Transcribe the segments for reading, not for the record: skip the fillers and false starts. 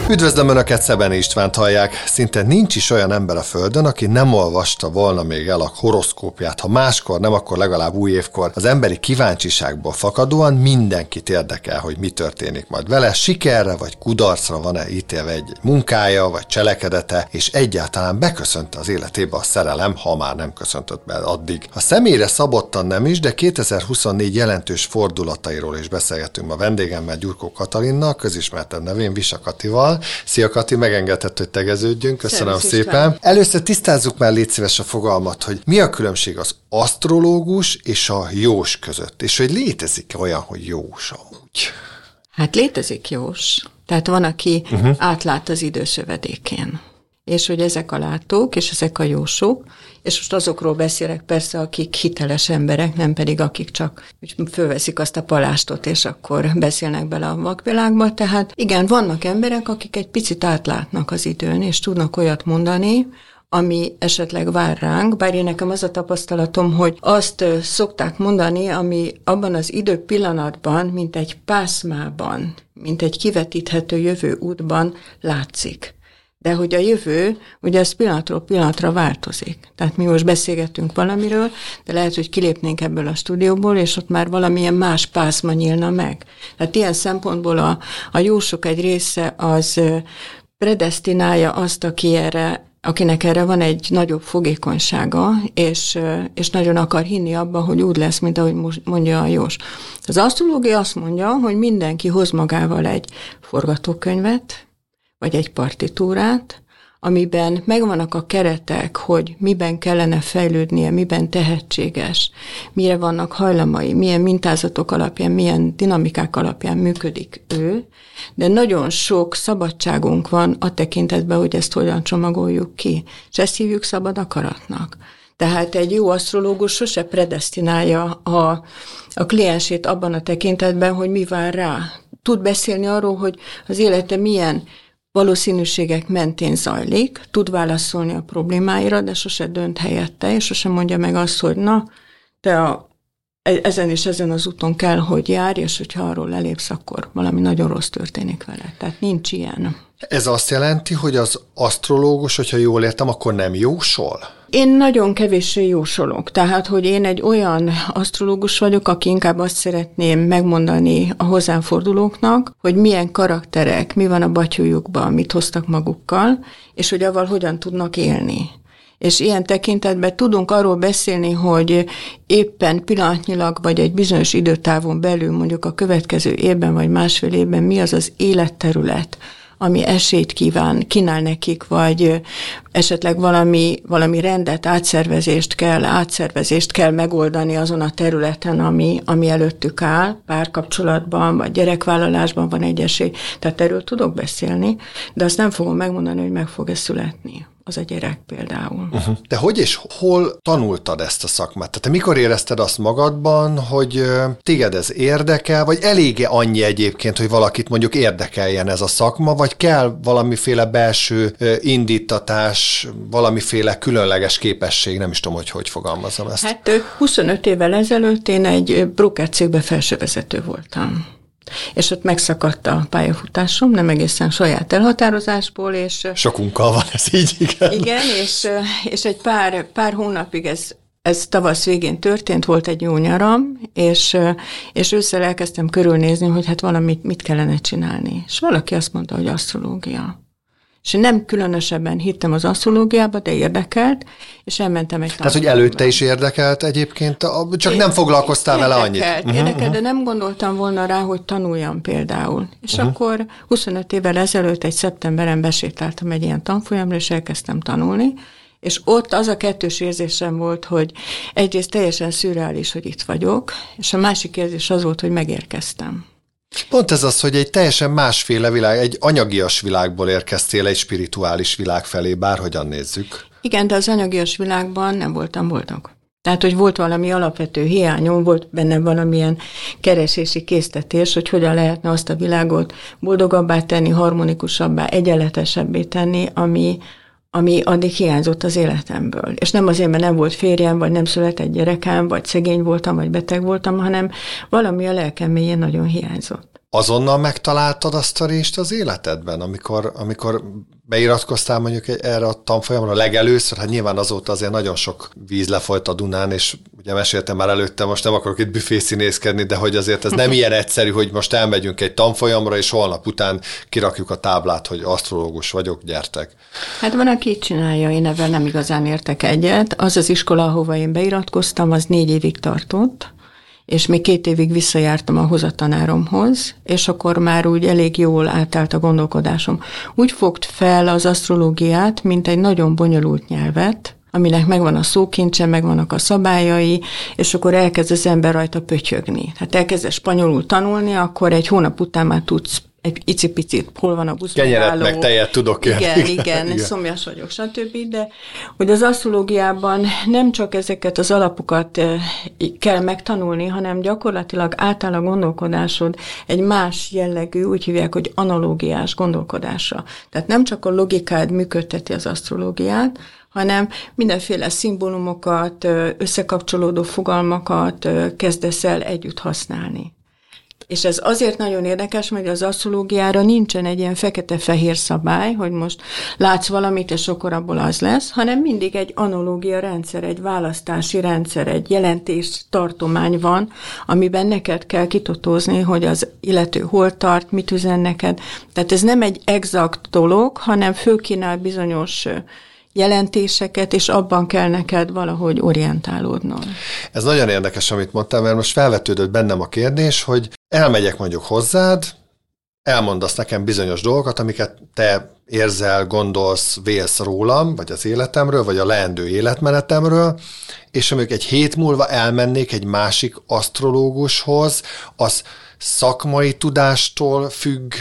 Üdvözlöm Önöket, Szebeni Istvánt hallják. Szinte nincs is olyan ember a Földön, aki nem olvasta volna még el a horoszkópját. Ha máskor nem, akkor legalább új évkor. Az emberi kíváncsiságból fakadóan mindenkit érdekel, hogy mi történik majd vele. Sikerre vagy kudarcra van-e ítélve egy munkája vagy cselekedete, és egyáltalán beköszönte az életébe a szerelem, ha már nem köszöntött be addig. A személyre szabottan nem is, de 2024 jelentős fordulatairól is beszélgetünk ma vendégemmel, Gyurkó Katalinnal, közismertebb nevén Visa Katival. Szia Kati, megengedett, hogy tegeződjünk. Köszönöm szépen. Először tisztázzuk már, légy szíves, a fogalmat, hogy mi a különbség az asztrológus és a jós között, és hogy létezik olyan, hogy jós amúgy? Hát létezik jós. Tehát van, aki átlát az időszövedékén. És hogy ezek a látók, és ezek a jósok, és most azokról beszélek persze, akik hiteles emberek, nem pedig akik csak fölveszik azt a palástot, és akkor beszélnek bele a vakvilágba. Tehát igen, vannak emberek, akik egy picit átlátnak az időn, és tudnak olyat mondani, ami esetleg vár ránk, bár én nekem az a tapasztalatom, hogy azt szokták mondani, ami abban az idő pillanatban, mint egy pászmában, mint egy kivetíthető jövő útban látszik. De hogy a jövő, ugye ez pillanatról pillanatra változik. Tehát mi most beszélgettünk valamiről, de lehet, hogy kilépnénk ebből a stúdióból, és ott már valamilyen más pászma nyílna meg. Tehát ilyen szempontból a jósok egy része az predesztinálja azt, akinek erre van egy nagyobb fogékonysága, és nagyon akar hinni abba, hogy úgy lesz, mint ahogy mondja a jós. Az asztrológia azt mondja, hogy mindenki hoz magával egy forgatókönyvet, vagy egy partitúrát, amiben megvannak a keretek, hogy miben kellene fejlődnie, miben tehetséges, mire vannak hajlamai, milyen mintázatok alapján, milyen dinamikák alapján működik ő, de nagyon sok szabadságunk van a tekintetben, hogy ezt hogyan csomagoljuk ki, és ezt hívjuk szabad akaratnak. Tehát egy jó asztrológus sose predesztinálja a kliensét abban a tekintetben, hogy mi vár rá. Tud beszélni arról, hogy az élete milyen valószínűségek mentén zajlik, tud válaszolni a problémáira, de sose dönt helyette, és sose mondja meg azt, hogy na, te ezen és ezen az úton kell, hogy járj, és hogyha arról lelépsz, akkor valami nagyon rossz történik vele. Tehát nincs ilyen. Ez azt jelenti, hogy az asztrológus, hogyha jól értem, akkor nem jósol? Én nagyon kevéssé jósolok, tehát, hogy én egy olyan asztrológus vagyok, aki inkább azt szeretném megmondani a hozzám fordulóknak, hogy milyen karakterek, mi van a batyújukban, mit hoztak magukkal, és hogy avval hogyan tudnak élni. És ilyen tekintetben tudunk arról beszélni, hogy éppen pillanatnyilag, vagy egy bizonyos időtávon belül, mondjuk a következő évben, vagy másfél évben mi az az életterület, ami esélyt kínál nekik, vagy esetleg valami rendet, átszervezést kell megoldani azon a területen, ami előttük áll, párkapcsolatban, vagy gyerekvállalásban van egy esély. Tehát erről tudok beszélni, de azt nem fogom megmondani, hogy meg fog-e születni az a gyerek például. De hogy és hol tanultad ezt a szakmát? Tehát te mikor érezted azt magadban, hogy téged ez érdekel, vagy elég-e annyi egyébként, hogy valakit mondjuk érdekeljen ez a szakma, vagy kell valamiféle belső indítatás, valamiféle különleges képesség, nem is tudom, hogy fogalmazom ezt. Hát 25 évvel ezelőtt én egy broker cégben felsővezető voltam. És ott megszakadt a pályafutásom, nem egészen saját elhatározásból, és... Sokunkkal van ez így, igen. Igen, és egy pár hónapig ez tavasz végén történt, volt egy jó nyaram, és ősszel elkezdtem körülnézni, hogy hát valamit mit kellene csinálni. És valaki azt mondta, hogy asztrológia. És én nem különösebben hittem az asztrológiába, de érdekelt, és elmentem egy Tehát, hogy előtte is érdekelt egyébként, csak nem foglalkoztál vele annyit. Érdekelt, de nem gondoltam volna rá, hogy tanuljam például. És akkor 25 évvel ezelőtt egy szeptemberen besétáltam egy ilyen tanfolyamra, és elkezdtem tanulni, és ott az a kettős érzésem volt, hogy egyrészt teljesen szürreális, hogy itt vagyok, és a másik érzés az volt, hogy megérkeztem. Pont ez az, hogy egy teljesen másféle világ, egy anyagias világból érkeztél egy spirituális világ felé, bárhogyan nézzük. Igen, de az anyagias világban nem voltam boldog. Tehát, hogy volt valami alapvető hiányom, volt benne valamilyen keresési késztetés, hogy hogyan lehetne azt a világot boldogabbá tenni, harmonikusabbá, egyenletesebbé tenni, ami addig hiányzott az életemből. És nem azért, mert nem volt férjem, vagy nem született gyerekem, vagy szegény voltam, vagy beteg voltam, hanem valami a lelkem mélyén nagyon hiányzott. azonnal megtaláltad azt a részt az életedben, amikor beiratkoztál mondjuk erre a tanfolyamra legelőször? Hát nyilván azóta azért nagyon sok víz lefolyt a Dunán, és ugye meséltem már előtte, most nem akarok itt büfészínészkedni, de hogy azért ez nem ilyen egyszerű, hogy most elmegyünk egy tanfolyamra, és holnap után kirakjuk a táblát, hogy asztrológus vagyok, gyertek. Hát van, aki így csinálja, én ebben nem igazán értek egyet. Az az iskola, ahova én beiratkoztam, az 4 évig tartott, és még 2 évig visszajártam ahhoz a tanáromhoz, és akkor már úgy elég jól átállt a gondolkodásom. Úgy fogt fel az asztrológiát, mint egy nagyon bonyolult nyelvet, aminek megvan a szókincse, megvannak a szabályai, és akkor elkezd az ember rajta pötyögni. Hát elkezd spanyolul tanulni, akkor egy hónap után már tudsz egy icipicit, hol van a buszmegálló. Kenyeret meg tejet tudok kérni. Igen, szomjas vagyok, stb. De hogy az asztrológiában nem csak ezeket az alapokat kell megtanulni, hanem gyakorlatilag átáll a gondolkodásod egy más jellegű, úgy hívják, hogy analógiás gondolkodásra. Tehát nem csak a logikád működteti az asztrológiát, hanem mindenféle szimbólumokat, összekapcsolódó fogalmakat kezdesz el együtt használni. És ez azért nagyon érdekes, mert az asztrológiára nincsen egy ilyen fekete-fehér szabály, hogy most látsz valamit, és akkor abból az lesz, hanem mindig egy analógia rendszer, egy választási rendszer, egy jelentés tartomány van, amiben neked kell kitotózni, hogy az illető hol tart, mit üzen neked. Tehát ez nem egy exakt dolog, hanem fölkínál bizonyos jelentéseket, és abban kell neked valahogy orientálódnod. Ez nagyon érdekes, amit mondtál, mert most felvetődött bennem a kérdés, hogy elmegyek mondjuk hozzád, elmondasz nekem bizonyos dolgokat, amiket te érzel, gondolsz, vélsz rólam, vagy az életemről, vagy a leendő életmenetemről, és mondjuk egy hét múlva elmennék egy másik asztrológushoz, az szakmai tudástól függ,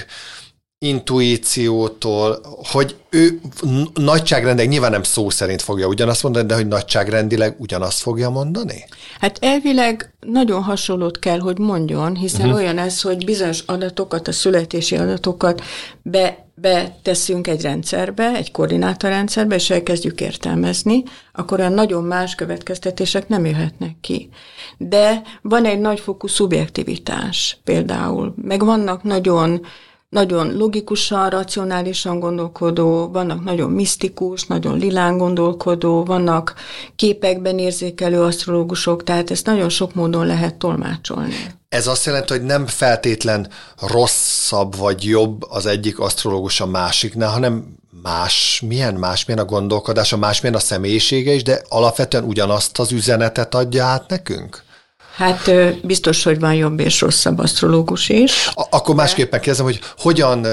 intuíciótól, hogy ő nagyságrendileg, nyilván nem szó szerint fogja ugyanazt mondani, de hogy nagyságrendileg ugyanazt fogja mondani? Hát elvileg nagyon hasonlót kell, hogy mondjon, hiszen olyan ez, hogy bizonyos adatokat, a születési adatokat beteszünk egy rendszerbe, egy koordinátorrendszerbe, és elkezdjük értelmezni, akkor olyan nagyon más következtetések nem jöhetnek ki. De van egy nagyfokú szubjektivitás például, meg vannak nagyon logikusan, racionálisan gondolkodó, vannak nagyon misztikus, nagyon lilán gondolkodó, vannak képekben érzékelő asztrológusok, tehát ezt nagyon sok módon lehet tolmácsolni. Ez azt jelenti, hogy nem feltétlen rosszabb vagy jobb az egyik asztrológus a másiknál, hanem milyen a gondolkodása, milyen a személyisége is, de alapvetően ugyanazt az üzenetet adja át nekünk? Hát biztos, hogy van jobb és rosszabb asztrológus is. Akkor másképpen kérdezem, hogy hogyan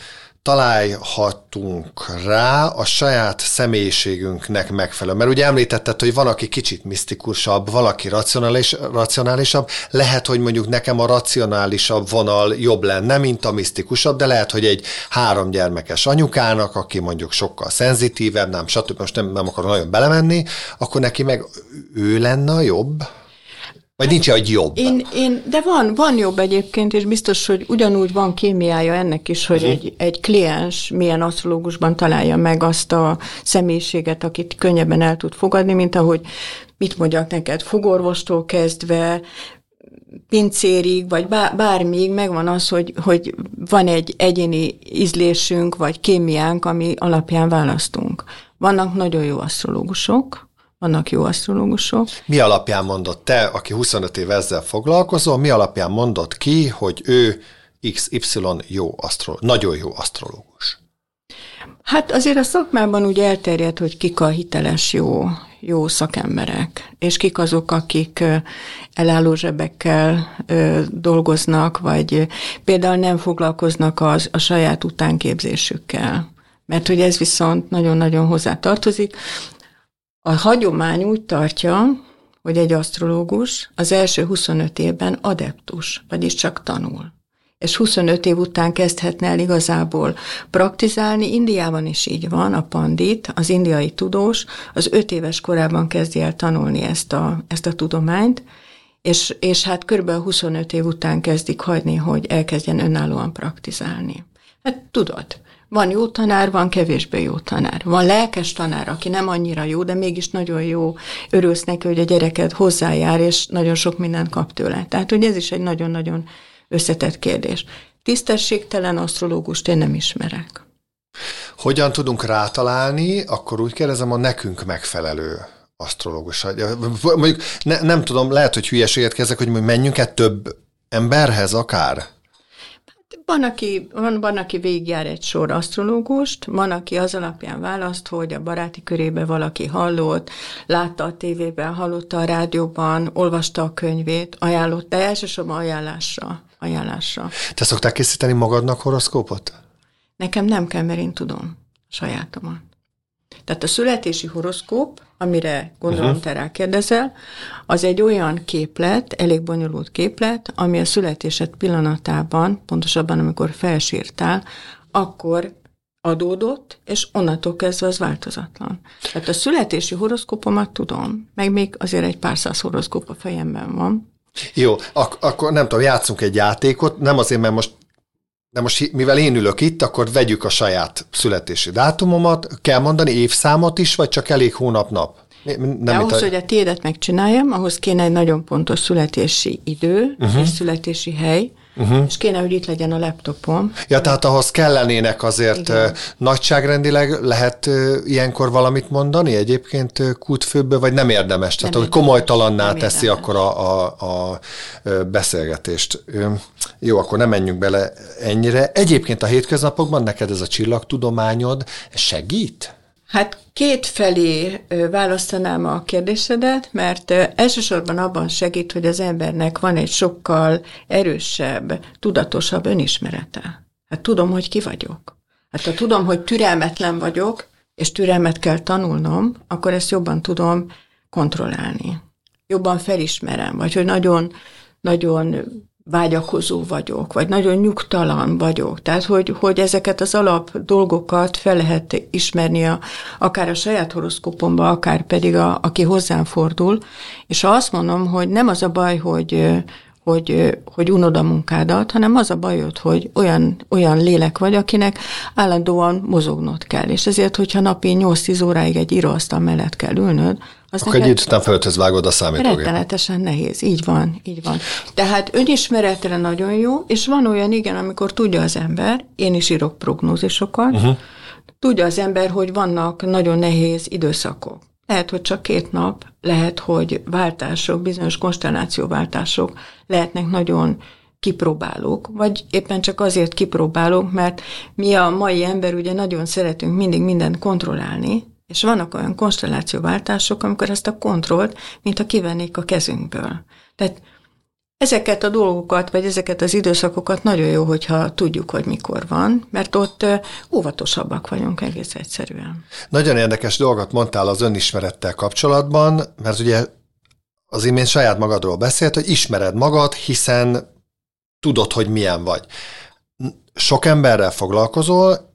találhatunk rá a saját személyiségünknek megfelelő. Mert ugye említetted, hogy van, aki kicsit misztikusabb, valaki racionálisabb. Lehet, hogy mondjuk nekem a racionálisabb vonal jobb lenne, mint a misztikusabb, de lehet, hogy egy 3 gyermekes anyukának, aki mondjuk sokkal szenzitívebb, stb. Most nem akarok nagyon belemenni, akkor neki meg ő lenne a jobb? Vagy nincs egy jobb? De van jobb egyébként, és biztos, hogy ugyanúgy van kémiája ennek is, hogy egy kliens milyen asztrológusban találja meg azt a személyiséget, akit könnyebben el tud fogadni, mint ahogy mit mondjak neked, fogorvostól kezdve, pincérig, vagy bármíg megvan az, hogy van egy egyéni ízlésünk, vagy kémiánk, ami alapján választunk. Vannak nagyon jó asztrológusok, vannak jó asztrológusok. Mi alapján mondott te, aki 25 év ezzel foglalkozol, mi alapján mondott ki, hogy ő XY nagyon jó asztrológus? Hát azért a szakmában úgy elterjedt, hogy kik a hiteles jó szakemberek, és kik azok, akik elálló zsebekkel dolgoznak, vagy például nem foglalkoznak a saját utánképzésükkel. Mert hogy ez viszont nagyon-nagyon hozzá tartozik. A hagyomány úgy tartja, hogy egy asztrológus az első 25 évben adeptus, vagyis csak tanul. És 25 év után kezdhetne el igazából praktizálni. Indiában is így van, a pandit, az indiai tudós, az 5 éves korában kezdi el tanulni ezt a tudományt, és hát körülbelül 25 év után kezdik hagyni, hogy elkezdjen önállóan praktizálni. Hát tudod, van jó tanár, van kevésbé jó tanár. Van lelkes tanár, aki nem annyira jó, de mégis nagyon jó, örülsz neki, hogy a gyereket hozzájár, és nagyon sok mindent kap tőle. Tehát, hogy ez is egy nagyon-nagyon összetett kérdés. Tisztességtelen asztrológust én nem ismerek. Hogyan tudunk rátalálni, akkor úgy kérdezem, a nekünk megfelelő asztrológus. Mondjuk nem tudom, lehet, hogy hülyeséget kezdek, hogy menjünk-e több emberhez akár? Van, aki végigjár egy sor asztrológust, van, aki az alapján választ, hogy a baráti körébe valaki hallott, látta a tévében, hallotta a rádióban, olvasta a könyvét, ajánlott, de elsősorban ajánlásra. Te szoktál készíteni magadnak horoszkópot? Nekem nem kell, mert én tudom sajátomat. Tehát a születési horoszkóp, amire gondolom te rákérdezel, az egy olyan képlet, elég bonyolult képlet, ami a születésed pillanatában, pontosabban amikor felsírtál, akkor adódott, és onnantól kezdve az változatlan. Tehát a születési horoszkópomat tudom, meg még azért egy pár száz horoszkóp a fejemben van. Jó, akkor nem tudom, játszunk egy játékot, nem azért, mert most mivel én ülök itt, akkor vegyük a saját születési dátumomat. Kell mondani évszámot is, vagy csak elég hónap-nap? Ahhoz, hogy a tiédet megcsináljam, ahhoz kéne egy nagyon pontos születési idő és születési hely, és kéne, hogy itt legyen a laptopom. Ja, tehát ahhoz kellenének azért nagyságrendileg lehet ilyenkor valamit mondani egyébként kútfőbből, vagy nem érdemes? Tehát, hogy komolytalanná teszi akkor a beszélgetést. Jó, akkor nem menjünk bele ennyire. Egyébként a hétköznapokban neked ez a csillagtudományod segít? Hát kétfelé választanám a kérdésedet, mert elsősorban abban segít, hogy az embernek van egy sokkal erősebb, tudatosabb önismerete. Hát tudom, hogy ki vagyok. Hát ha tudom, hogy türelmetlen vagyok, és türelmet kell tanulnom, akkor ezt jobban tudom kontrollálni. Jobban felismerem, vagy hogy nagyon vágyakozó vagyok, vagy nagyon nyugtalan vagyok. Tehát, hogy ezeket az alap dolgokat fel lehet ismerni akár a saját horoszkópomba, akár pedig aki hozzám fordul. És ha azt mondom, hogy nem az a baj, hogy unod a munkádat, hanem az a bajod, hogy olyan lélek vagy, akinek állandóan mozognod kell. És ezért, hogyha napi 8-10 óráig egy íróasztal mellett kell ülnöd, akkor egy után földhöz vágod a számítógépet. Rettenetesen nehéz, így van. Tehát önismeretre nagyon jó, és van olyan, igen, amikor tudja az ember, én is írok prognózisokat, tudja az ember, hogy vannak nagyon nehéz időszakok. Lehet, hogy csak 2 nap, lehet, hogy váltások, bizonyos konstellációváltások lehetnek nagyon kipróbálók, vagy éppen csak azért kipróbálók, mert mi a mai ember ugye nagyon szeretünk mindig mindent kontrollálni, és vannak olyan konstellációváltások, amikor ezt a kontrollt, mintha kivennék a kezünkből. Tehát ezeket a dolgokat, vagy ezeket az időszakokat nagyon jó, hogyha tudjuk, hogy mikor van, mert ott óvatosabbak vagyunk egész egyszerűen. Nagyon érdekes dolgot mondtál az önismerettel kapcsolatban, mert ugye az imént saját magadról beszélt, hogy ismered magad, hiszen tudod, hogy milyen vagy. Sok emberrel foglalkozol,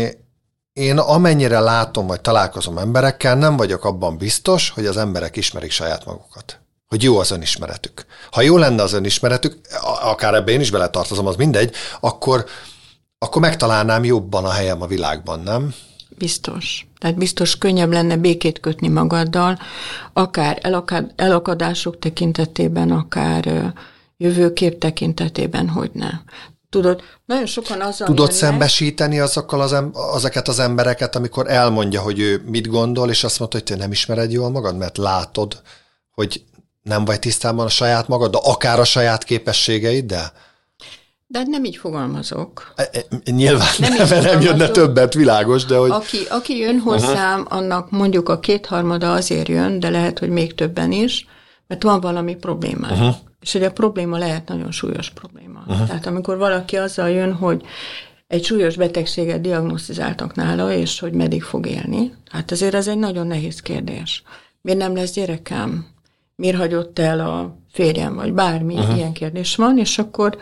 én amennyire látom, vagy találkozom emberekkel, nem vagyok abban biztos, hogy az emberek ismerik saját magukat. Hogy jó az önismeretük. Ha jó lenne az önismeretük, akár ebbe én is beletartozom, az mindegy, akkor megtalálnám jobban a helyem a világban, nem? Biztos. Tehát biztos könnyebb lenne békét kötni magaddal, akár elakadások tekintetében, akár jövőkép tekintetében, hogy ne. Tudod, nagyon sokan azzal Tudod szembesíteni azokat az embereket, amikor elmondja, hogy ő mit gondol, és azt mondta, hogy te nem ismered jól magad, mert látod, hogy nem vagy tisztában a saját magad, de akár a saját képességeiddel? De nem így fogalmazok. Nyilván nem jönne többet, világos, de hogy... Aki jön hozzám, annak mondjuk a 2/3 azért jön, de lehet, hogy még többen is, mert van valami problémája. És hogy a probléma lehet nagyon súlyos probléma. Tehát amikor valaki azzal jön, hogy egy súlyos betegséget diagnosztizáltak nála, és hogy meddig fog élni, hát azért ez egy nagyon nehéz kérdés. Miért nem lesz gyerekem? Miért hagyott el a férjem, vagy bármi ilyen kérdés van, és akkor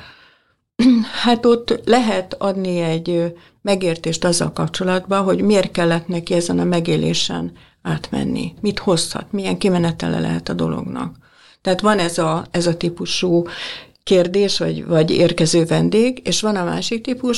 hát ott lehet adni egy megértést azzal kapcsolatban, hogy miért kellett neki ezen a megélésen átmenni, mit hozhat, milyen kimenetele lehet a dolognak. Tehát van ez a típusú kérdés, vagy érkező vendég, és van a másik típus,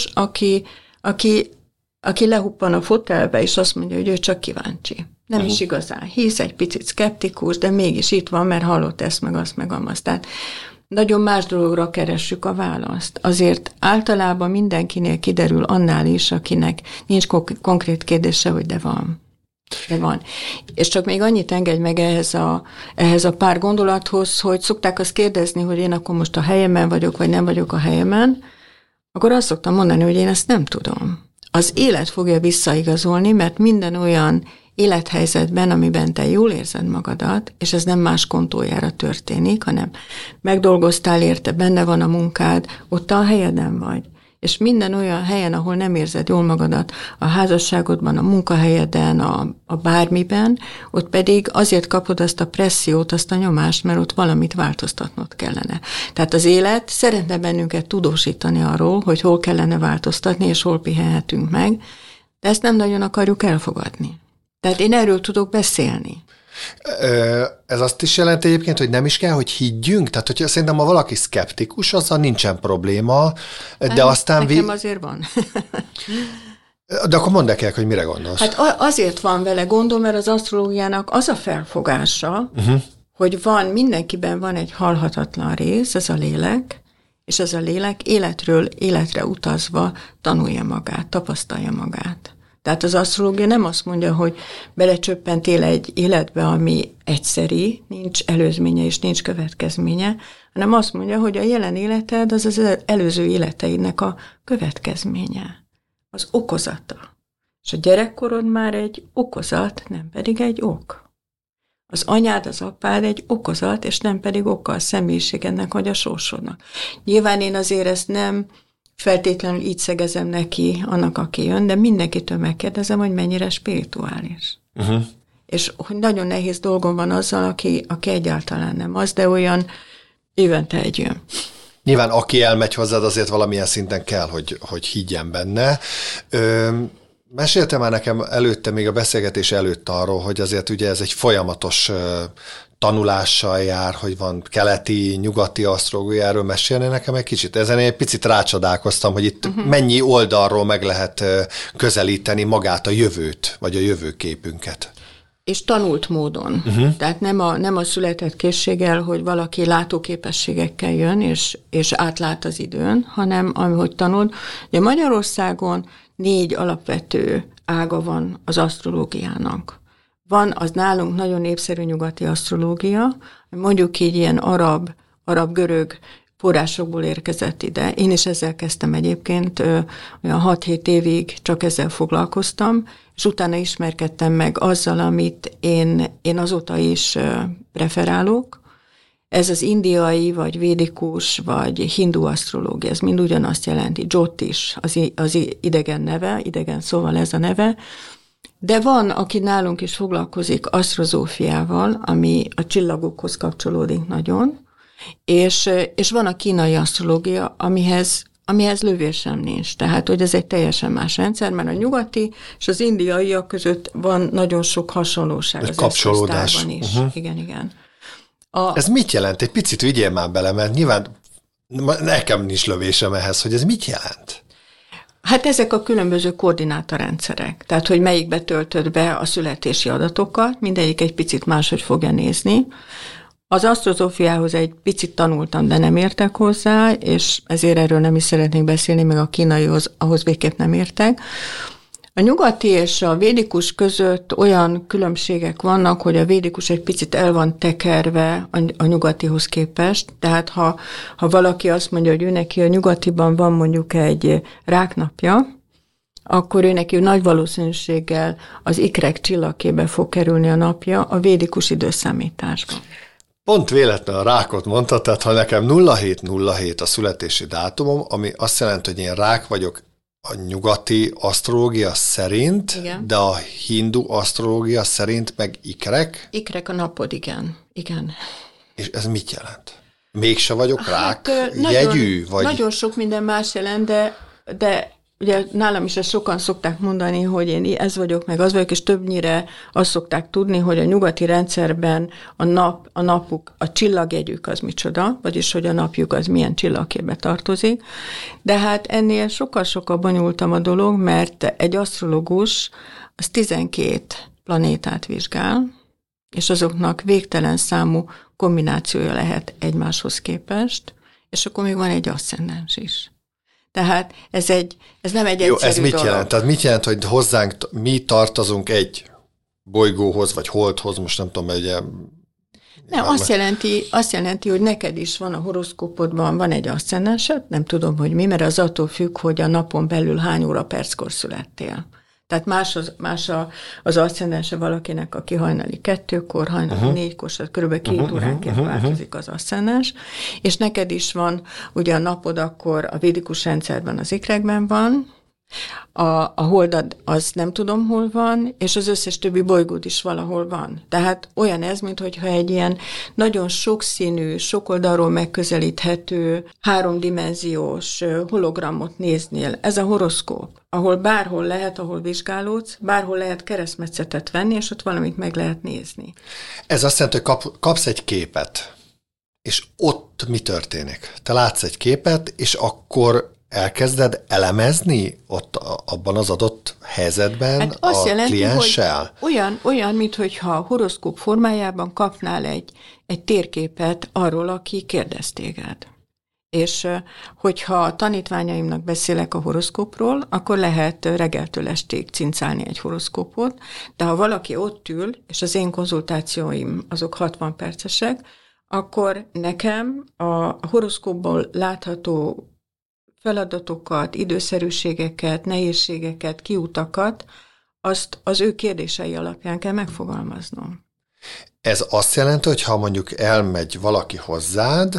aki lehuppan a fotelbe, és azt mondja, hogy ő csak kíváncsi. Nem is igazán hisz, egy picit szkeptikus, de mégis itt van, mert hallott ezt, meg azt, meg azt. Tehát nagyon más dologra keressük a választ. Azért általában mindenkinél kiderül annál is, akinek nincs konkrét kérdése, hogy de van. De van. És csak még annyit engedj meg ehhez a pár gondolathoz, hogy szokták azt kérdezni, hogy én akkor most a helyemen vagyok, vagy nem vagyok a helyemen, akkor azt szoktam mondani, hogy én ezt nem tudom. Az élet fogja visszaigazolni, mert minden olyan élethelyzetben, amiben te jól érzed magadat, és ez nem más kontójára történik, hanem megdolgoztál érte, benne van a munkád, ott a helyeden vagy. És minden olyan helyen, ahol nem érzed jól magadat, a házasságodban, a munkahelyeden, a bármiben, ott pedig azért kapod azt a pressziót, azt a nyomást, mert ott valamit változtatnod kellene. Tehát az élet szeretne bennünket tudósítani arról, hogy hol kellene változtatni, és hol pihenhetünk meg, de ezt nem nagyon akarjuk elfogadni. Tehát én erről tudok beszélni. Ez azt is jelenti egyébként, hogy nem is kell, hogy higgyünk? Tehát, hogyha szerintem, ha valaki szkeptikus, azzal nincsen probléma, de aztán... Nekem azért van. De akkor mondd el, hogy mire gondolsz. Hát azért van vele gondom, mert az asztrológiának az a felfogása, hogy mindenkiben van egy halhatatlan rész, ez a lélek, és ez a lélek életről életre utazva tanulja magát, tapasztalja magát. Tehát az asztrológia nem azt mondja, hogy belecsöppentél egy életbe, ami egyszeri, nincs előzménye és nincs következménye, hanem azt mondja, hogy a jelen életed az az előző életeidnek a következménye, az okozata. És a gyerekkorod már egy okozat, nem pedig egy ok. Az anyád, az apád egy okozat, és nem pedig oka a személyiségednek vagy a sorsodnak. Nyilván én azért ezt nem feltétlenül így szegezem neki annak, aki jön, de mindenkitől megkérdezem, hogy mennyire spirituális. És hogy nagyon nehéz dolgom van azzal, aki egyáltalán nem az, de olyan évente egy jön. Nyilván aki elmegy hozzád, azért valamilyen szinten kell, hogy higgyen benne. Meséltem már nekem előtte, még a beszélgetés előtt arról, hogy azért ugye ez egy folyamatos tanulással jár, hogy van keleti, nyugati asztrológiáról, mesélni nekem egy kicsit. Ezen én egy picit rácsodálkoztam, hogy itt mennyi oldalról meg lehet közelíteni magát a jövőt, vagy a jövőképünket. És tanult módon. Tehát nem a született készséggel, hogy valaki látóképességekkel jön, és átlát az időn, hanem ahogy tanult. Ugye Magyarországon 4 alapvető ága van az asztrológiának. Van az nálunk nagyon népszerű nyugati asztrológia, mondjuk így ilyen arab-görög forrásokból érkezett ide. Én is ezzel kezdtem egyébként, olyan 6-7 évig csak ezzel foglalkoztam, és utána ismerkedtem meg azzal, amit én azóta is preferálok. Ez az indiai, vagy védikus, vagy hindu asztrológia, ez mind ugyanazt jelenti. Jyotish az idegen neve, idegen szóval ez a neve, de van, aki nálunk is foglalkozik asztrozófiával, ami a csillagokhoz kapcsolódik nagyon, és van a kínai asztrológia, amihez lövés sem nincs. Tehát, hogy ez egy teljesen más rendszer, mert a nyugati és az indiaiak között van nagyon sok hasonlóság az eszköztárban is. Igen. Ez mit jelent? Egy picit vigyél már bele, mert nyilván nekem nincs lövésem ehhez, hogy ez mit jelent? Hát ezek a különböző koordinátorrendszerek. Tehát, hogy melyikbe töltöd be a születési adatokat, mindegyik egy picit máshogy fogja nézni. Az asztrozófiához egy picit tanultam, de nem értek hozzá, és ezért erről nem is szeretnék beszélni, meg a kínaihoz, ahhoz végképp nem értek. A nyugati és a védikus között olyan különbségek vannak, hogy a védikus egy picit el van tekerve a nyugatihoz képest, tehát ha valaki azt mondja, hogy ő neki a nyugatiban van mondjuk egy ráknapja, akkor ő neki nagy valószínűséggel az ikrek csillagkébe fog kerülni a napja a védikus időszámításban. Pont véletlen a rákot mondta, tehát ha nekem 0707 a születési dátumom, ami azt jelenti, hogy én rák vagyok a nyugati asztrológia szerint, igen. De a hindu asztrológia szerint meg ikrek? Ikrek a napod, igen. És ez mit jelent? Mégse vagyok rák jegyű? Vagy... Nagyon sok minden más jelent, de ugye nálam is ezt sokan szokták mondani, hogy én ez vagyok, meg az vagyok, és többnyire azt szokták tudni, hogy a nyugati rendszerben a napuk, a csillagjegyük az micsoda, vagyis hogy a napjuk az milyen csillagképbe tartozik. De hát ennél sokkal-sokkal bonyolultabb a dolog, mert egy asztrológus az 12 planétát vizsgál, és azoknak végtelen számú kombinációja lehet egymáshoz képest, és akkor még van egy aszcendens is. Tehát ez nem egy egyszerű dolog. Ez mit jelent? Tehát mit jelent, hogy hozzánk mi tartozunk egy bolygóhoz, vagy holdhoz, most nem tudom, hogy... Nem, azt jelenti, hogy neked is van a horoszkópodban, van egy aszcendensed, nem tudom, hogy mi, mert az attól függ, hogy a napon belül hány óra perckor születtél. Tehát más az aszcendense valakinek, aki hajnali 2-kor, hajnali 4-kor, kb. 2 óránként változik az aszcendens, és neked is van, ugye a napod akkor a védikus rendszerben az ikrekben van, a holdad az nem tudom hol van, és az összes többi bolygód is valahol van. Tehát olyan ez, mintha egy ilyen nagyon sokszínű, sok oldalról megközelíthető, 3-dimenziós hologramot néznél. Ez a horoszkóp, ahol bárhol lehet, ahol vizsgálódsz, bárhol lehet keresztmetszetet venni, és ott valamit meg lehet nézni. Ez azt jelenti, hogy kapsz egy képet, és ott mi történik? Te látsz egy képet, és akkor elkezded elemezni ott abban az adott helyzetben hát azt jelenti, klienssel? Hogy olyan, mintha a horoszkóp formájában kapnál egy térképet arról, aki kérdez téged. És hogyha a tanítványaimnak beszélek a horoszkópról, akkor lehet reggeltől estig cincálni egy horoszkópot, de ha valaki ott ül, és az én konzultációim azok 60 percesek, akkor nekem a horoszkópból látható feladatokat, időszerűségeket, nehézségeket, kiutakat, azt az ő kérdései alapján kell megfogalmaznom. Ez azt jelenti, hogy ha mondjuk elmegy valaki hozzád,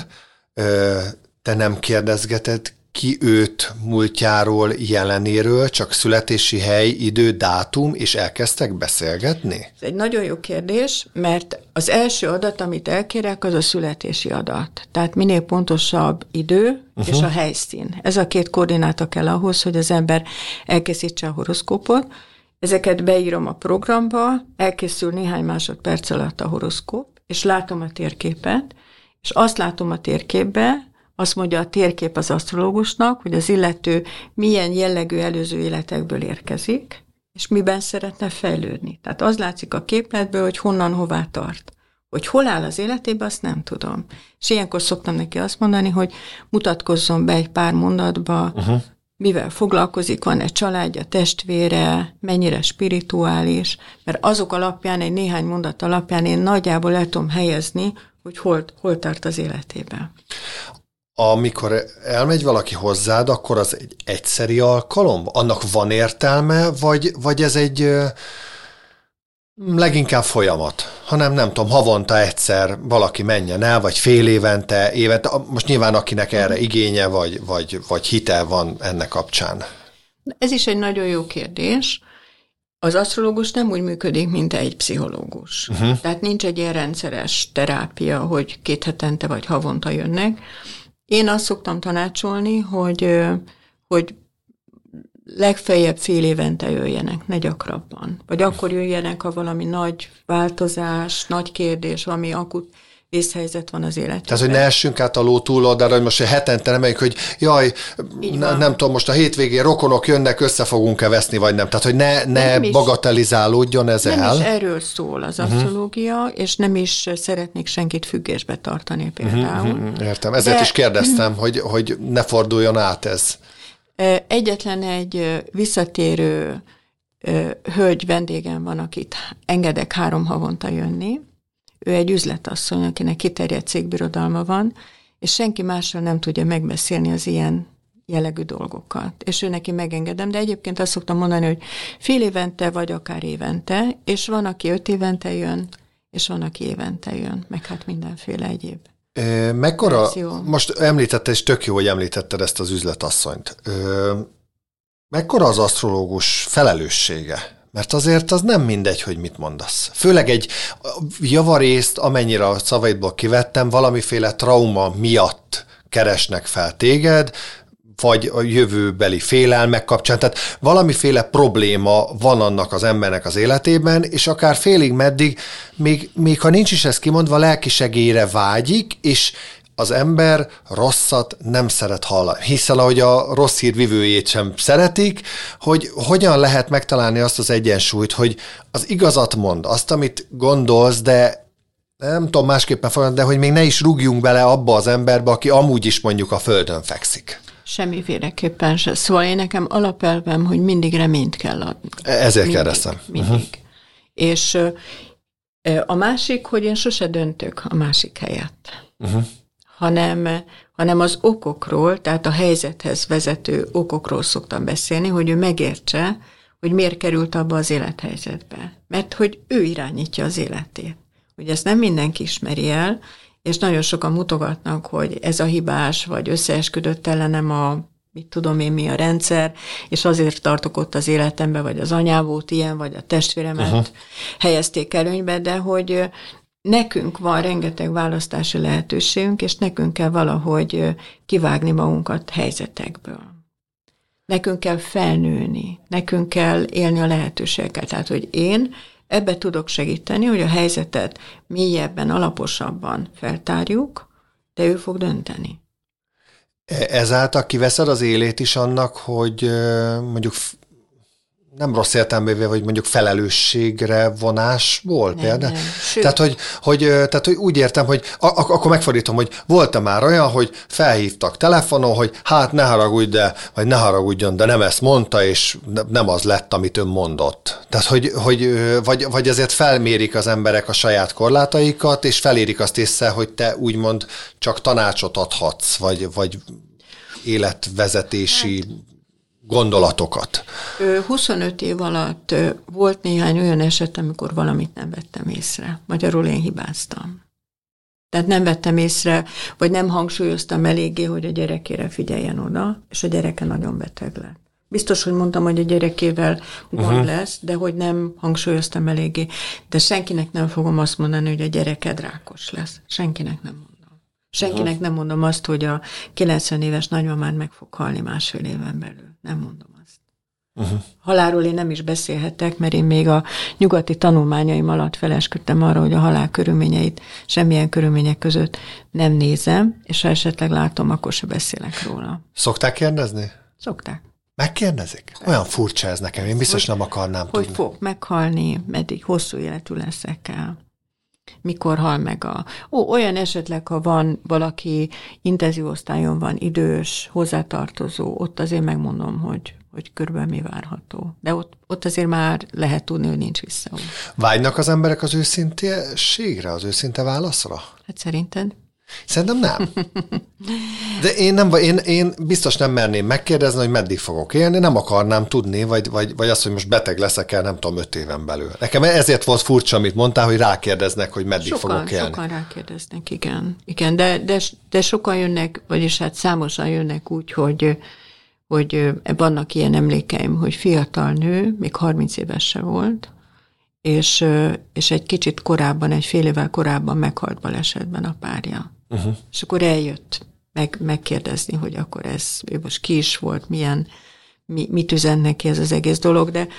te nem kérdezgeted ki őt múltjáról, jelenéről, csak születési hely, idő, dátum, és elkezdtek beszélgetni? Ez egy nagyon jó kérdés, mert az első adat, amit elkérek, az a születési adat. Tehát minél pontosabb idő és a helyszín. Ez a 2 koordináta kell ahhoz, hogy az ember elkészítse a horoszkópot. Ezeket beírom a programba, elkészül néhány másodperc alatt a horoszkóp, és látom a térképet, és azt látom a térképbe, azt mondja a térkép az asztrológusnak, hogy az illető milyen jellegű előző életekből érkezik, és miben szeretne fejlődni. Tehát az látszik a képletből, hogy honnan, hová tart. Hogy hol áll az életében, azt nem tudom. És ilyenkor szoktam neki azt mondani, hogy mutatkozzon be egy pár mondatba, mivel foglalkozik, van-e családja, testvére, mennyire spirituális, mert azok alapján, egy néhány mondat alapján én nagyjából el tudom helyezni, hogy hol tart az életében. Amikor elmegy valaki hozzád, akkor az egy egyszeri alkalom? Annak van értelme, vagy ez egy leginkább folyamat? Hanem nem tudom, havonta egyszer valaki menjen el, vagy fél évente. Most nyilván akinek erre igénye, vagy hite van ennek kapcsán. Ez is egy nagyon jó kérdés. Az asztrológus nem úgy működik, mint egy pszichológus. Tehát nincs egy ilyen rendszeres terápia, hogy 2 hetente vagy havonta jönnek. Én azt szoktam tanácsolni, hogy legfeljebb fél évente jöjjenek, ne gyakrabban. Vagy akkor jöjjenek, ha valami nagy változás, nagy kérdés, valami akut vészhelyzet van az életben. Tehát, hogy ne essünk át a ló túloldalára, hogy most hetente nem megyünk, hogy jaj, nem tudom, most a hétvégén rokonok jönnek, össze fogunk-e veszni, vagy nem. Tehát, hogy ne bagatelizálódjon ez el. Nem is erről szól az asztrológia, és nem is szeretnék senkit függésbe tartani például. Értem, ezért is kérdeztem, hogy ne forduljon át ez. Egyetlen egy visszatérő hölgy vendégem van, akit engedek 3 havonta jönni. Ő egy üzletasszony, akinek kiterjedt cégbirodalma van, és senki mással nem tudja megbeszélni az ilyen jellegű dolgokat. És ő neki megengedem, de egyébként azt szoktam mondani, hogy fél évente, vagy akár évente, és van, aki 5 évente jön, és van, aki évente jön, meg hát mindenféle egyéb. Mekkora, most említetted, és tök jó, hogy említetted ezt az üzletasszonyt. Mekkora az asztrológus felelőssége? Mert azért az nem mindegy, hogy mit mondasz. Főleg egy javarészt, amennyire a szavaidból kivettem, valamiféle trauma miatt keresnek fel téged, vagy a jövőbeli félelmek kapcsán. Tehát valamiféle probléma van annak az embernek az életében, és akár félig meddig, még ha nincs is ez kimondva, lelki segélyre vágyik, és az ember rosszat nem szeret hallani. Hiszen ahogy a rossz hír vivőjét sem szeretik, hogy hogyan lehet megtalálni azt az egyensúlyt, hogy az igazat mond, azt, amit gondolsz, de nem tudom másképpen fogalmazni, de hogy még ne is rúgjunk bele abba az emberbe, aki amúgy is mondjuk a földön fekszik. Semmiféleképpen se. Szóval én nekem alapelvem, hogy mindig reményt kell adni. Ezért kérdeztem. Mindig. És a másik, hogy én sose döntök a másik helyett. Hanem az okokról, tehát a helyzethez vezető okokról szoktam beszélni, hogy ő megértse, hogy miért került abba az élethelyzetbe. Mert hogy ő irányítja az életét. Ugye ezt nem mindenki ismeri el, és nagyon sokan mutogatnak, hogy ez a hibás, vagy összeesküdött ellenem mit tudom én mi a rendszer, és azért tartok ott az életembe, vagy az anyám volt ilyen, vagy a testvéremet helyezték előnybe, de hogy nekünk van rengeteg választási lehetőségünk, és nekünk kell valahogy kivágni magunkat helyzetekből. Nekünk kell felnőni, nekünk kell élni a lehetőségeket. Tehát, hogy én ebbe tudok segíteni, hogy a helyzetet mélyebben, alaposabban feltárjuk, de ő fog dönteni. Ezáltal kiveszed az élét is annak, hogy mondjuk nem rossz értelmében, vagy mondjuk felelősségre vonásból például. Tehát, hogy úgy értem, hogy akkor megfordítom, hogy volt-e már olyan, hogy felhívtak telefonon, hogy hát ne haragudj, vagy ne haragudjon, de nem ezt mondta, és nem az lett, amit ön mondott. Tehát, vagy ezért felmérik az emberek a saját korlátaikat, és felérik azt észre, hogy te úgymond csak tanácsot adhatsz, vagy életvezetési gondolatokat. 25 év alatt volt néhány olyan eset, amikor valamit nem vettem észre. Magyarul én hibáztam. Tehát nem vettem észre, vagy nem hangsúlyoztam eléggé, hogy a gyerekére figyeljen oda, és a gyereke nagyon beteg lett. Biztos, hogy mondtam, hogy a gyerekével gond lesz, de hogy nem hangsúlyoztam eléggé. De senkinek nem fogom azt mondani, hogy a gyereked rákos lesz. Senkinek nem mondom. Senkinek nem mondom azt, hogy a 90 éves nagymamán meg fog halni másfél éven belül. Nem mondom azt. Halálról én nem is beszélhetek, mert én még a nyugati tanulmányaim alatt felesküdtem arra, hogy a halál körülményeit semmilyen körülmények között nem nézem, és ha esetleg látom, akkor se beszélek róla. Szokták kérdezni? Szokták. Megkérdezik? Olyan furcsa ez nekem, én biztos nem akarnám tudni. Hogy fog meghalni, meddig hosszú életű leszek el. Mikor hal meg olyan esetleg, ha van valaki intenzív osztályon van, idős, hozzátartozó, ott azért megmondom, hogy körülbelül mi várható. De ott azért már lehet tudni, hogy nincs visszaút. Vágynak az emberek az őszinteségre, az őszinte válaszra? Hát szerinted? Szerintem nem. De én biztos nem merném megkérdezni, hogy meddig fogok élni, nem akarnám tudni, vagy azt, hogy most beteg leszek el, nem tudom, 5 éven belül. Nekem ezért volt furcsa, amit mondtál, hogy rákérdeznek, hogy meddig fogok élni. Sokan rákérdeznek, igen. De sokan jönnek, vagyis hát számosan jönnek úgy, hogy vannak ilyen emlékeim, hogy fiatal nő, még 30 éves se volt, és egy kicsit korábban, egy fél évvel korábban meghalt balesetben a párja. És akkor eljött megkérdezni, hogy akkor ő most ki is volt, mit üzent neki ez az egész dolog, de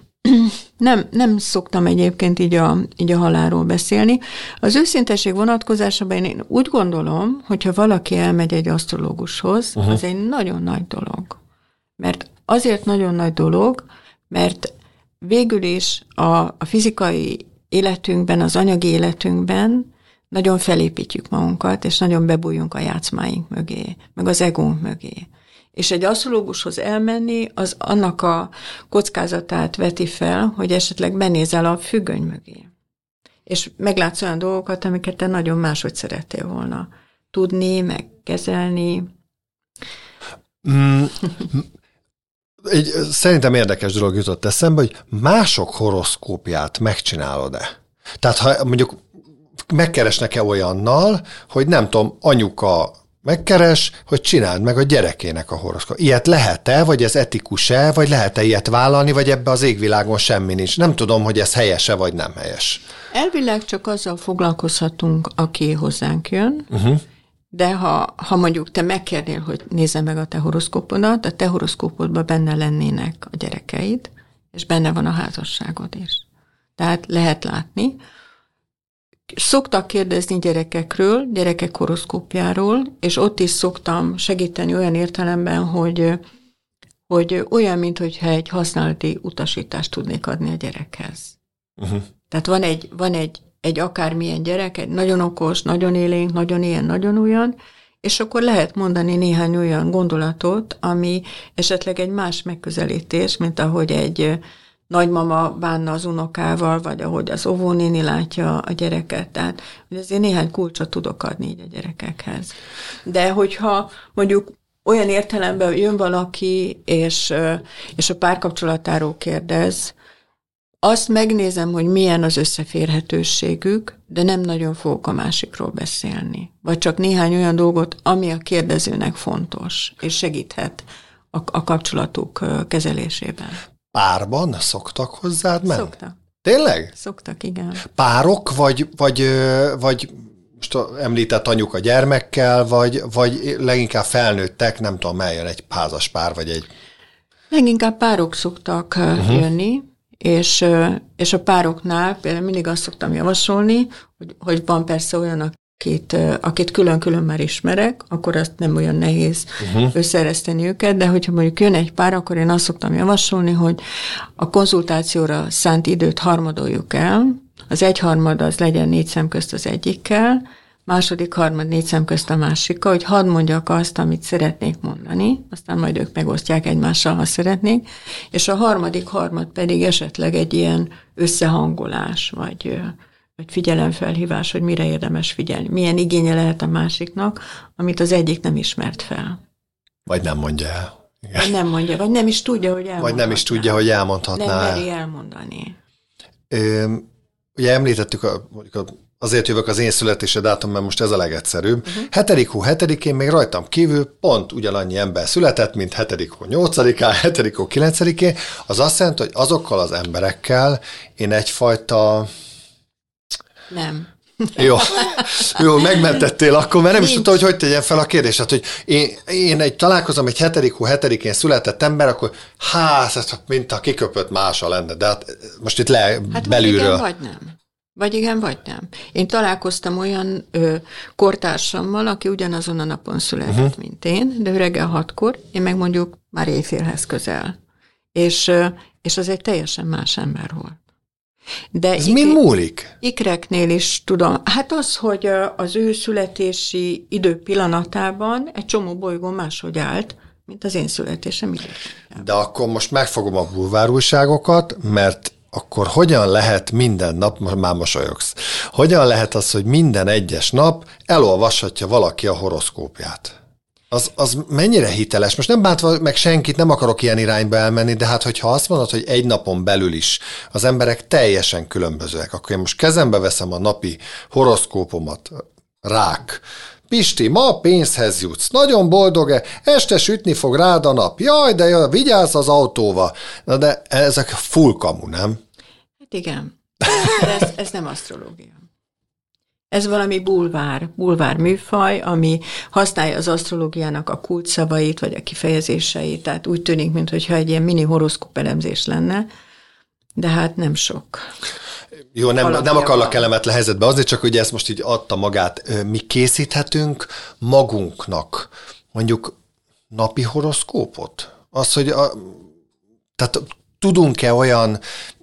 nem szoktam egyébként így a halálról beszélni. Az őszintesség vonatkozásában én úgy gondolom, hogyha valaki elmegy egy asztrológushoz, az egy nagyon nagy dolog. Mert azért nagyon nagy dolog, mert végül is a fizikai életünkben, az anyagi életünkben nagyon felépítjük magunkat, és nagyon bebújjunk a játszmáink mögé, meg az egónk mögé. És egy asztrológushoz elmenni, az annak a kockázatát veti fel, hogy esetleg benézel a függöny mögé. És meglátsz olyan dolgokat, amiket te nagyon máshogy szerettél volna tudni, meg kezelni. Szerintem érdekes dolog jutott eszembe, hogy mások horoszkópját megcsinálod-e? Tehát ha mondjuk megkeresnek-e olyannal, hogy nem tudom, anyuka megkeres, hogy csináld meg a gyerekének a horoszkóp. Ilyet lehet-e, vagy ez etikus-e, vagy lehet-e ilyet vállalni, vagy ebbe az égvilágon semmi nincs. Nem tudom, hogy ez helyes-e, vagy nem helyes. Elvileg csak azzal foglalkozhatunk, aki hozzánk jön, de ha mondjuk te megkérnél, hogy nézze meg a te horoszkópodat, a te horoszkópodban benne lennének a gyerekeid, és benne van a házasságod is. Tehát lehet látni. Szoktak kérdezni gyerekekről, gyerekek horoszkópjáról, és ott is szoktam segíteni olyan értelemben, hogy olyan, mintha egy használati utasítást tudnék adni a gyerekhez. Tehát van egy akármilyen gyerek, egy nagyon okos, nagyon élénk, nagyon ilyen, nagyon olyan, és akkor lehet mondani néhány olyan gondolatot, ami esetleg egy más megközelítés, mint ahogy egy nagymama bánna az unokával, vagy ahogy az óvónéni látja a gyereket. Tehát hogy azért néhány kulcsot tudok adni így a gyerekekhez. De hogyha mondjuk olyan értelemben jön valaki, és a párkapcsolatáról kérdez, azt megnézem, hogy milyen az összeférhetőségük, de nem nagyon fogok a másikról beszélni. Vagy csak néhány olyan dolgot, ami a kérdezőnek fontos, és segíthet a kapcsolatuk kezelésében. Párban szoktak hozzád menni? Szoktak. Tényleg? Szoktak, igen. Párok, vagy most említett anyuka gyermekkel, vagy leginkább felnőttek, nem tudom, eljön egy házas pár, vagy egy... Leginkább párok szoktak jönni, és a pároknál például mindig azt szoktam javasolni, hogy van persze olyan, akit külön-külön már ismerek, akkor azt nem olyan nehéz összeereszteni őket, de hogyha mondjuk jön egy pár, akkor én azt szoktam javasolni, hogy a konzultációra szánt időt harmadoljuk el, az 1/3 az legyen 4 szem közt az egyikkel, második harmad 4 szem közt a másikkal, hogy hadd mondjak azt, amit szeretnék mondani, aztán majd ők megosztják egymással, ha szeretnék, és a harmadik harmad pedig esetleg egy ilyen összehangolás, vagy figyelemfelhívás, hogy mire érdemes figyelni. Milyen igénye lehet a másiknak, amit az egyik nem ismert fel. Vagy nem mondja el. Igen. Vagy nem mondja, vagy nem is tudja, hogy elmondhatná. Vagy nem is tudja, hogy elmondhatná. Nem meri elmondani. Ugye említettük, azért jövök az én születési dátum, mert most ez a legegyszerűbb. 7. hó 7-én még rajtam kívül pont ugyanannyi ember született, mint 7. hó 8-án, 7. hó 9-én. Az azt jelenti, hogy azokkal az emberekkel én egyfajta... Nem. Jó, megmentettél akkor, mert nem is tudtam, hogy tegyem fel a kérdést. Hát, hogy én találkozom egy 7. hó 7-én született ember, akkor mint a kiköpött mása lenne. De hát most itt belülről. Vagy igen, vagy nem. Vagy igen, vagy nem. Én találkoztam olyan kortársammal, aki ugyanazon a napon született, mint én, de ő reggel 6-kor, én meg mondjuk már éjfélhez közel. És az egy teljesen más ember volt. De ez mi múlik? Ikreknél is tudom. Hát az, hogy az ő születési idő pillanatában egy csomó bolygón máshogy állt, mint az én születésem időpontjában. De akkor most megfogom a bulvárújságokat, mert akkor hogyan lehet minden nap, már mosolyogsz, hogyan lehet az, hogy minden egyes nap elolvashatja valaki a horoszkópját? Az mennyire hiteles? Most nem bántva meg senkit, nem akarok ilyen irányba elmenni, de hát hogyha azt mondod, hogy egy napon belül is az emberek teljesen különbözőek, akkor én most kezembe veszem a napi horoszkópomat, rák. Pisti, ma pénzhez jutsz, nagyon boldog-e, este sütni fog rád a nap, jaj, de jaj, vigyázz az autóval. Na de ezek full kamu, nem? Hát igen, ez nem asztrológia. Ez valami bulvár műfaj, ami használja az asztrológiának a kulcsszavait, vagy a kifejezéseit, tehát úgy tűnik, mintha egy ilyen mini horoszkóp elemzés lenne, de hát nem sok. Jó, nem akarlak kellemetlen helyzetbe hozni, csak ugye ezt most így adta magát. Mi készíthetünk magunknak mondjuk napi horoszkópot? Az, hogy tehát tudunk-e olyan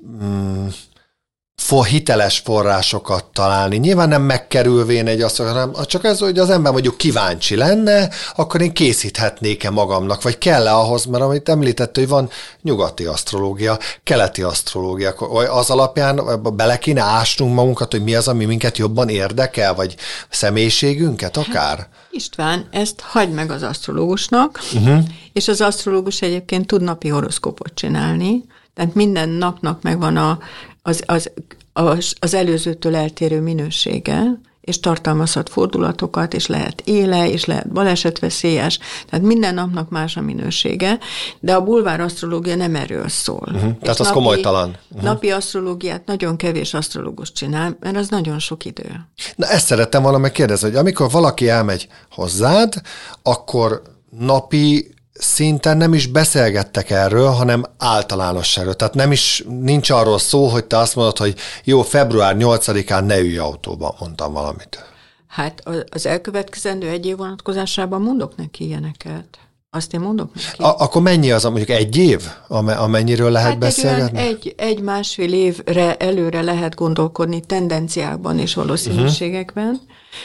hiteles forrásokat találni. Nyilván nem megkerülvén egy azt, hanem csak ez, hogy az ember mondjuk kíváncsi lenne, akkor én készíthetnék-e magamnak, vagy kell-e ahhoz, mert amit említett, hogy van nyugati asztrológia, keleti asztrológia, az alapján bele kéne ásnunk magunkat, hogy mi az, ami minket jobban érdekel, vagy személyiségünket akár? István, ezt hagyd meg az asztrológusnak, és az asztrológus egyébként tud napi horoszkópot csinálni, tehát minden napnak megvan az előzőtől eltérő minősége, és tartalmazhat fordulatokat, és lehet éle, és lehet balesetveszélyes, tehát minden napnak más a minősége, de a bulvár asztrológia nem erről szól. Tehát az komolytalan. Napi asztrológiát nagyon kevés asztrológus csinál, mert az nagyon sok idő. Na ezt szerettem volna megkérdezni, hogy amikor valaki elmegy hozzád, akkor napi szinten nem is beszélgettek erről, hanem általánosságról. Tehát nincs arról szó, hogy te azt mondod, hogy jó, február 8-án ne ülj autóba, mondtam valamit. Hát az elkövetkezendő 1 év vonatkozásában mondok neki ilyeneket. Azt én mondok neki. Akkor mennyi az, mondjuk 1 év, amennyiről lehet beszélgetni? Egy-másfél évre előre lehet gondolkodni tendenciákban és valószínűségekben,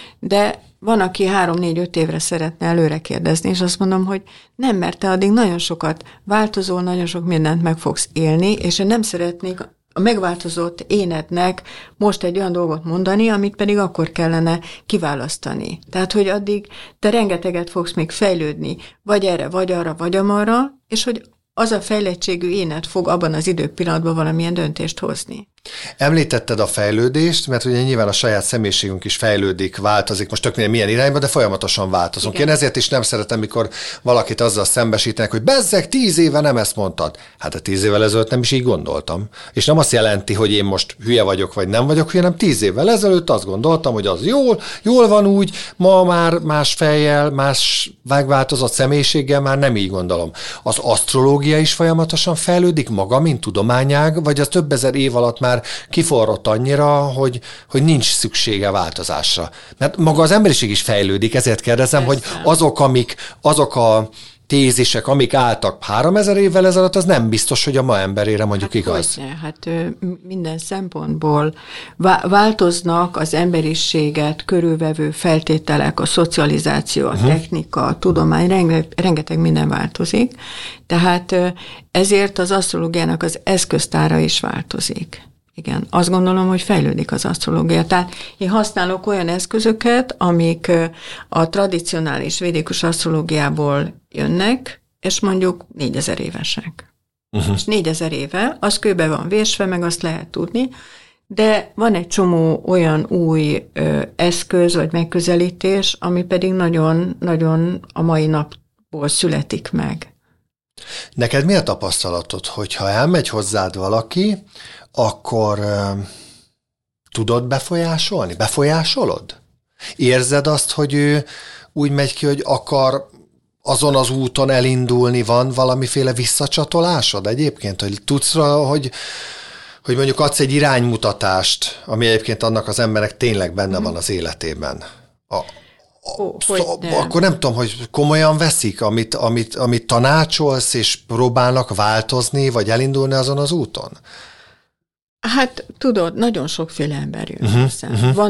de van, aki 3-4-5 évre szeretne előre kérdezni, és azt mondom, hogy nem, mert te addig nagyon sokat változol, nagyon sok mindent meg fogsz élni, és én nem szeretnék a megváltozott énednek most egy olyan dolgot mondani, amit pedig akkor kellene kiválasztani. Tehát, hogy addig te rengeteget fogsz még fejlődni, vagy erre, vagy arra, vagy amarra, és hogy az a fejlettségű éned fog abban az időpillanatban valamilyen döntést hozni. Említetted a fejlődést, mert ugye nyilván a saját személyiségünk is fejlődik, változik, most tök milyen irányba, de folyamatosan változunk. Igen. Én ezért is nem szeretem, mikor valakit azzal szembesítenek, hogy bezzeg 10 éve nem ezt mondtad. Hát a 10 évvel ezelőtt nem is így gondoltam. És nem azt jelenti, hogy én most hülye vagyok, vagy nem vagyok hülye, hanem 10 évvel ezelőtt azt gondoltam, hogy az jól van úgy, ma már más fejjel, más megváltozott személyiséggel már nem így gondolom. Az asztrológia is folyamatosan fejlődik maga, mint tudományág, vagy az több ezer év alatt már kiforrott annyira, hogy nincs szüksége változásra. Mert maga az emberiség is fejlődik, ezért kérdezem, persze, hogy azok a tézisek, amik álltak 3000 évvel ezelőtt, az nem biztos, hogy a ma emberére mondjuk igaz. Hát minden szempontból változnak az emberiséget körülvevő feltételek, a szocializáció, a technika, a tudomány, rengeteg minden változik. Tehát ezért az asztrológiának az eszköztára is változik. Igen, azt gondolom, hogy fejlődik az asztrológia. Tehát én használok olyan eszközöket, amik a tradicionális védikus asztrológiából jönnek, és mondjuk 4000 évesek. És 4000 éve, az kőbe van vésve, meg azt lehet tudni, de van egy csomó olyan új eszköz, vagy megközelítés, ami pedig nagyon a mai napból születik meg. Neked mi a tapasztalatod, hogyha elmegy hozzád valaki, akkor tudod befolyásolni? Befolyásolod? Érzed azt, hogy ő úgy megy ki, hogy akar azon az úton elindulni, van valamiféle visszacsatolásod egyébként? Hogy tudsz, hogy mondjuk adsz egy iránymutatást, ami egyébként annak az embernek tényleg benne van az életében? Akkor nem tudom, hogy komolyan veszik, amit tanácsolsz, és próbálnak változni, vagy elindulni azon az úton? Hát tudod, nagyon sokféle ember jön hozzá. Van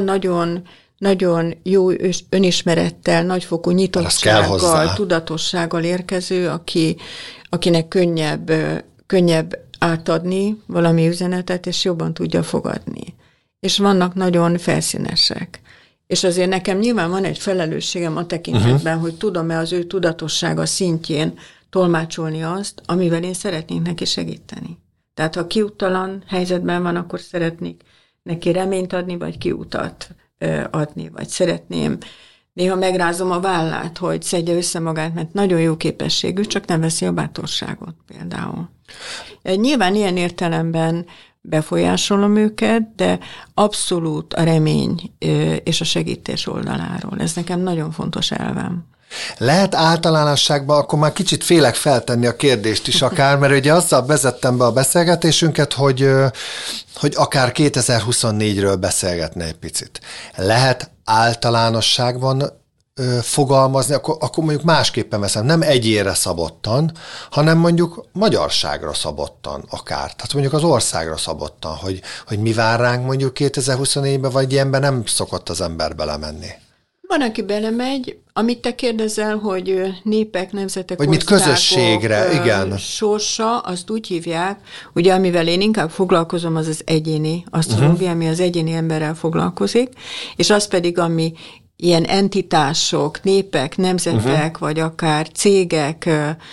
nagyon jó önismerettel, nagyfokú nyitottsággal, tudatossággal érkező, akinek könnyebb átadni valami üzenetet, és jobban tudja fogadni. És vannak nagyon felszínesek. És azért nekem nyilván van egy felelősségem a tekintetben, hogy tudom-e az ő tudatossága szintjén tolmácsolni azt, amivel én szeretnék neki segíteni. Tehát ha kiúttalan helyzetben van, akkor szeretnék neki reményt adni, vagy kiutat adni, vagy szeretném. Néha megrázom a vállát, hogy szedje össze magát, mert nagyon jó képességű, csak nem veszi a bátorságot például. Nyilván ilyen értelemben befolyásolom őket, de abszolút a remény és a segítés oldaláról. Ez nekem nagyon fontos elvem. Lehet általánosságban, akkor már kicsit félek feltenni a kérdést is akár, mert ugye azzal vezettem be a beszélgetésünket, hogy akár 2024-ről beszélgetne egy picit. Lehet általánosságban fogalmazni, akkor mondjuk másképpen veszem, nem egyénre szabottan, hanem mondjuk magyarságra szabottan akár. Tehát mondjuk az országra szabottan, hogy mi vár ránk mondjuk 2024-ben, vagy ilyenben nem szokott az ember belemenni. Van, aki belemegy, amit te kérdezel, hogy népek, nemzetek, vagy mit közösségre, igen. Sorsa, azt úgy hívják, ugye amivel én inkább foglalkozom, az az egyéni asztrológia, ami az egyéni emberrel foglalkozik, és az pedig, ami ilyen entitások, népek, nemzetek, vagy akár cégek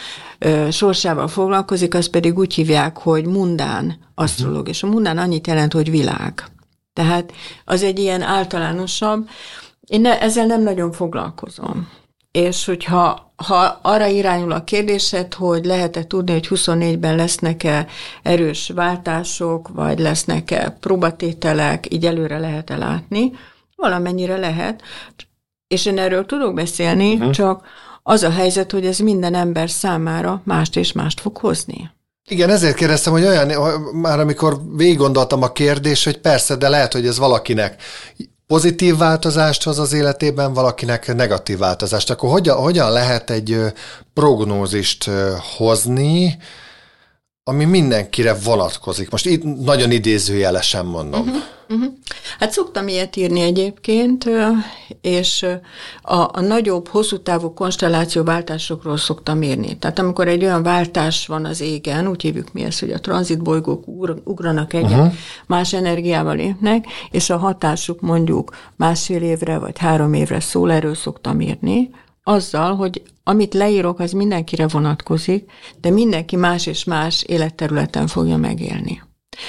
sorsával foglalkozik, az pedig úgy hívják, hogy mundán asztrológia. És a mundán annyit jelent, hogy világ. Tehát az egy ilyen általánosabb. Én ezzel nem nagyon foglalkozom. És hogyha arra irányul a kérdésed, hogy lehet-e tudni, hogy 24-ben lesznek-e erős váltások, vagy lesznek-e próbatételek, így előre lehet-e látni, valamennyire lehet. És én erről tudok beszélni, csak Az a helyzet, hogy ez minden ember számára mást és mást fog hozni. Igen, ezért kérdeztem, hogy már amikor végig gondoltam a kérdést, hogy persze, de lehet, hogy ez valakinek pozitív változást hoz az életében, valakinek negatív változást. Akkor hogyan lehet egy prognózist hozni, ami mindenkire vonatkozik? Most itt nagyon idézőjelesen mondom. Hát szoktam ilyet írni egyébként, és a nagyobb, hosszú távú konstellációváltásokról szoktam írni. Tehát amikor egy olyan váltás van az égen, úgy hívjuk mi ezt, hogy a tranzitbolygók ugranak egyet, más energiával lépnek, és a hatásuk mondjuk 1,5 évre vagy 3 évre szól, erről szoktam írni, azzal, hogy amit leírok, az mindenkire vonatkozik, de mindenki más és más életterületen fogja megélni.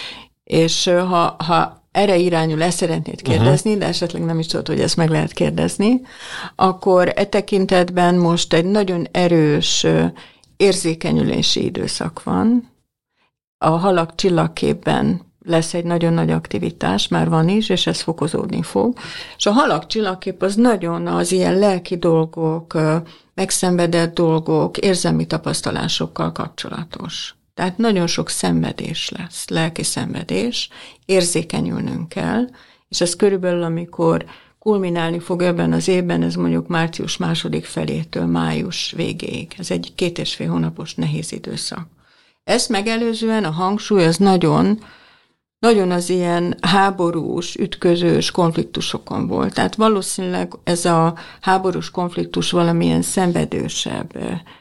És ha erre irányul, ezt szeretnéd kérdezni, de esetleg nem is tudod, hogy ezt meg lehet kérdezni, akkor e tekintetben most egy nagyon erős érzékenyülési időszak van. A halak csillagképben lesz egy nagyon nagy aktivitás, már van is, és ez fokozódni fog. És a halak csillagkép az nagyon az ilyen lelki dolgok, megszenvedett dolgok, érzelmi tapasztalásokkal kapcsolatos. Tehát nagyon sok szenvedés lesz, lelki szenvedés, érzékenyülnünk kell, és ez körülbelül, amikor kulminálni fog ebben az évben, ez mondjuk március 2. felétől május végéig. Ez egy 2,5 hónapos nehéz időszak. Ezt megelőzően a hangsúly az nagyon az ilyen háborús, ütközős konfliktusokon volt. Tehát valószínűleg ez a háborús konfliktus valamilyen szenvedősebb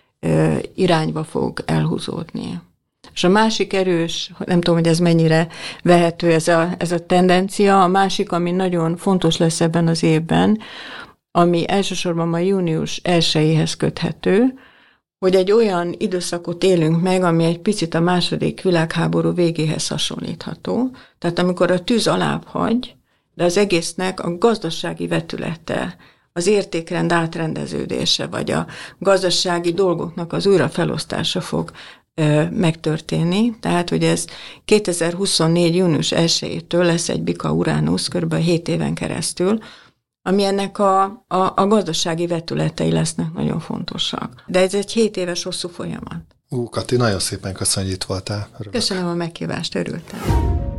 irányba fog elhúzódni. És a másik erős, nem tudom, hogy ez mennyire vehető ez a tendencia, a másik, ami nagyon fontos lesz ebben az évben, ami elsősorban ma június 1-éhez köthető, hogy egy olyan időszakot élünk meg, ami egy picit a II. Világháború végéhez hasonlítható. Tehát amikor a tűz alább hagy, de az egésznek a gazdasági vetülete, az értékrend átrendeződése, vagy a gazdasági dolgoknak az újrafelosztása fog megtörténni. Tehát, hogy ez 2024. június 1-től lesz egy Bika-Uránusz kb. 7 éven keresztül, ami ennek a gazdasági vetületei lesznek nagyon fontosak. De ez egy 7 éves hosszú folyamat. Kati, nagyon szépen köszönjük, hogy itt voltál. Köszönöm a meghívást, örültem.